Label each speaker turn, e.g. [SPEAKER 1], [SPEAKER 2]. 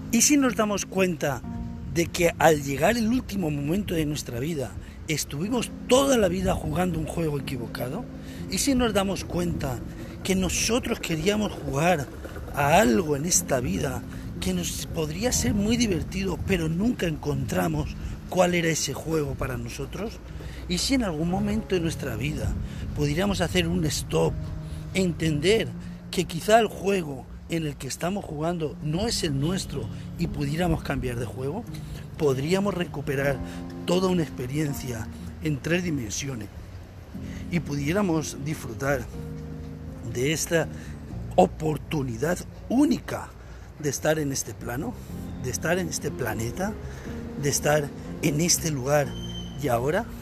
[SPEAKER 1] ¿Y si nos damos cuenta de que al llegar el último momento de nuestra vida, estuvimos toda la vida jugando un juego equivocado? ¿Y si nos damos cuenta que nosotros queríamos jugar a algo en esta vida que nos podría ser muy divertido, pero nunca encontramos cuál era ese juego para nosotros? ¿Y si en algún momento de nuestra vida pudiéramos hacer un stop, entender que quizá el juego en el que estamos jugando no es el nuestro y pudiéramos cambiar de juego? Podríamos recuperar toda una experiencia en 3 dimensiones y pudiéramos disfrutar de esta oportunidad única de estar en este plano, de estar en este planeta, de estar en este lugar y ahora.